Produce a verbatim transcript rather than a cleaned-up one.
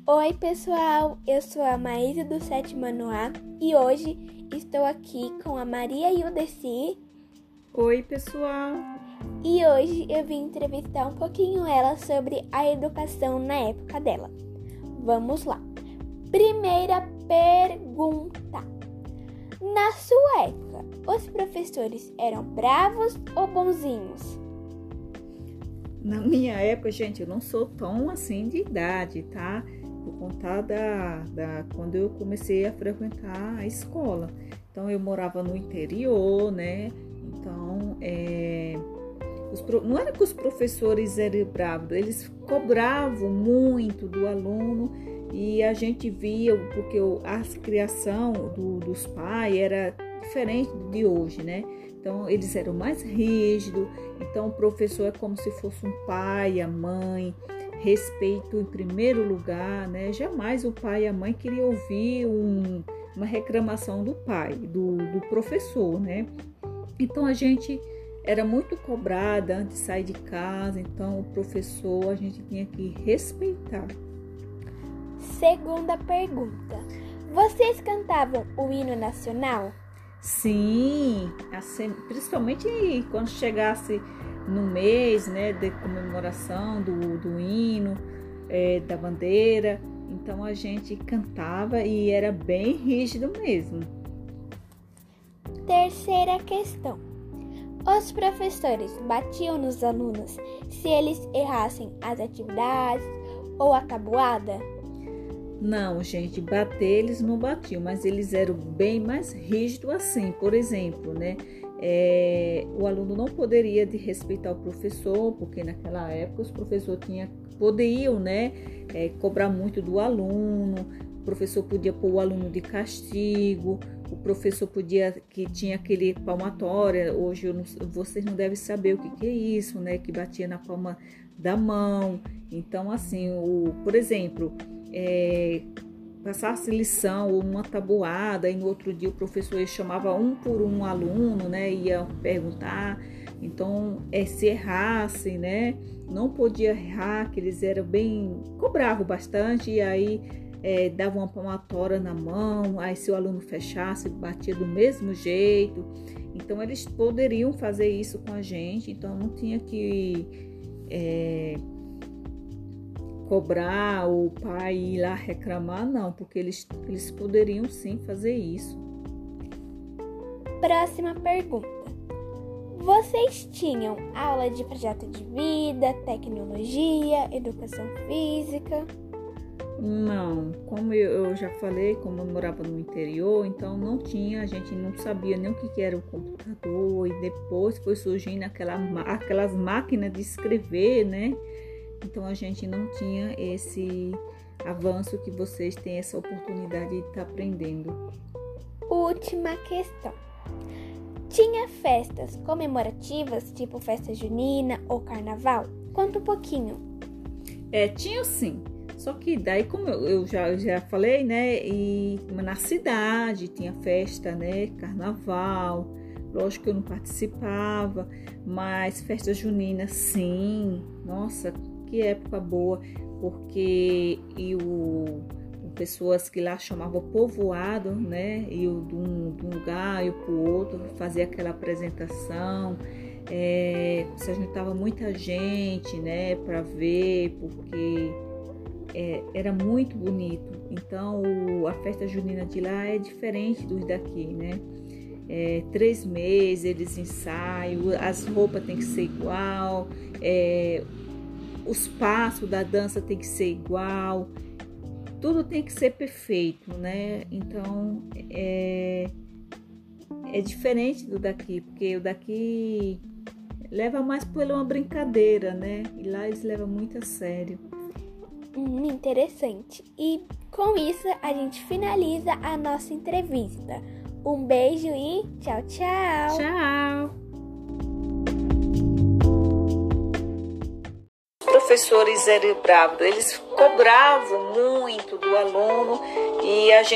Oi pessoal, eu sou a Maísa do sétimo ano A e hoje estou aqui com a Maria e o Desi. Oi pessoal! E hoje eu vim entrevistar um pouquinho ela sobre a educação na época dela. Vamos lá! Primeira pergunta: na sua época, os professores eram bravos ou bonzinhos? Na minha época, gente, eu não sou tão assim de idade, tá? Vou contar da, da, quando eu comecei a frequentar a escola. Então, eu morava no interior, né? Então, é, os, não era que os professores eram bravos, eles cobravam muito do aluno e a gente via, porque a criação do, dos pais era diferente de hoje, né? Então, eles eram mais rígidos. Então, o professor é como se fosse um pai, a mãe, respeito em primeiro lugar, né? Jamais o pai e a mãe queriam ouvir um, uma reclamação do pai, do, do professor, né? Então, a gente era muito cobrada antes de sair de casa. Então, o professor a gente tinha que respeitar. Segunda pergunta: vocês cantavam o hino nacional? Sim, assim, principalmente quando chegasse no mês, né, de comemoração do, do hino, é, da bandeira. Então a gente cantava e era bem rígido mesmo. Terceira questão: os professores batiam nos alunos se eles errassem as atividades ou a tabuada? Não, gente, bater eles não batiam, mas eles eram bem mais rígidos assim. Por exemplo, né, é, o aluno não poderia de respeitar o professor, porque naquela época os professores tinha, poderiam, né, é, cobrar muito do aluno. O professor podia pôr o aluno de castigo, o professor podia, que tinha aquele palmatória. Hoje eu não, vocês não devem saber o que, que é isso, né, que batia na palma da mão. Então, assim, o, por exemplo, É, passasse lição ou uma tabuada e no outro dia o professor chamava um por um aluno, né, ia perguntar. Então, é, se errasse, né, não podia errar, que eles eram bem, cobravam bastante e aí é, davam uma palmatória na mão, aí se o aluno fechasse, batia do mesmo jeito. Então, eles poderiam fazer isso com a gente, então não tinha que é, cobrar o pai ir lá reclamar, não, porque eles, eles poderiam sim fazer isso. Próxima pergunta: vocês tinham aula de projeto de vida, tecnologia, educação física? Não, como eu, eu já falei, como eu morava no interior, então não tinha, a gente não sabia nem o que, que era o computador, e depois foi surgindo aquela, aquelas máquinas de escrever, né? Então, a gente não tinha esse avanço que vocês têm essa oportunidade de estar aprendendo. Última questão: tinha festas comemorativas, tipo festa junina ou carnaval? Conta um pouquinho. É, tinha sim. Só que daí, como eu, eu já, já falei, né? E na cidade tinha festa, né? Carnaval. Lógico que eu não participava, mas festa junina, sim. Nossa, que época boa, porque e o, pessoas que lá chamavam povoado, né? E o, de, um, de um lugar e para o outro fazia aquela apresentação. É, se juntava muita gente, né? Para ver, porque é, era muito bonito. Então, o, a festa junina de lá é diferente dos daqui, né? É, três meses eles ensaiam, as roupas tem que ser igual, é, os passos da dança tem que ser igual, tudo tem que ser perfeito, né? Então é, é diferente do daqui, porque o daqui leva mais por uma brincadeira, né? E lá eles levam muito a sério. Hum, interessante. E com isso a gente finaliza a nossa entrevista. Um beijo e tchau, tchau! Tchau! Professores eram bravos, eles cobravam muito do aluno e a gente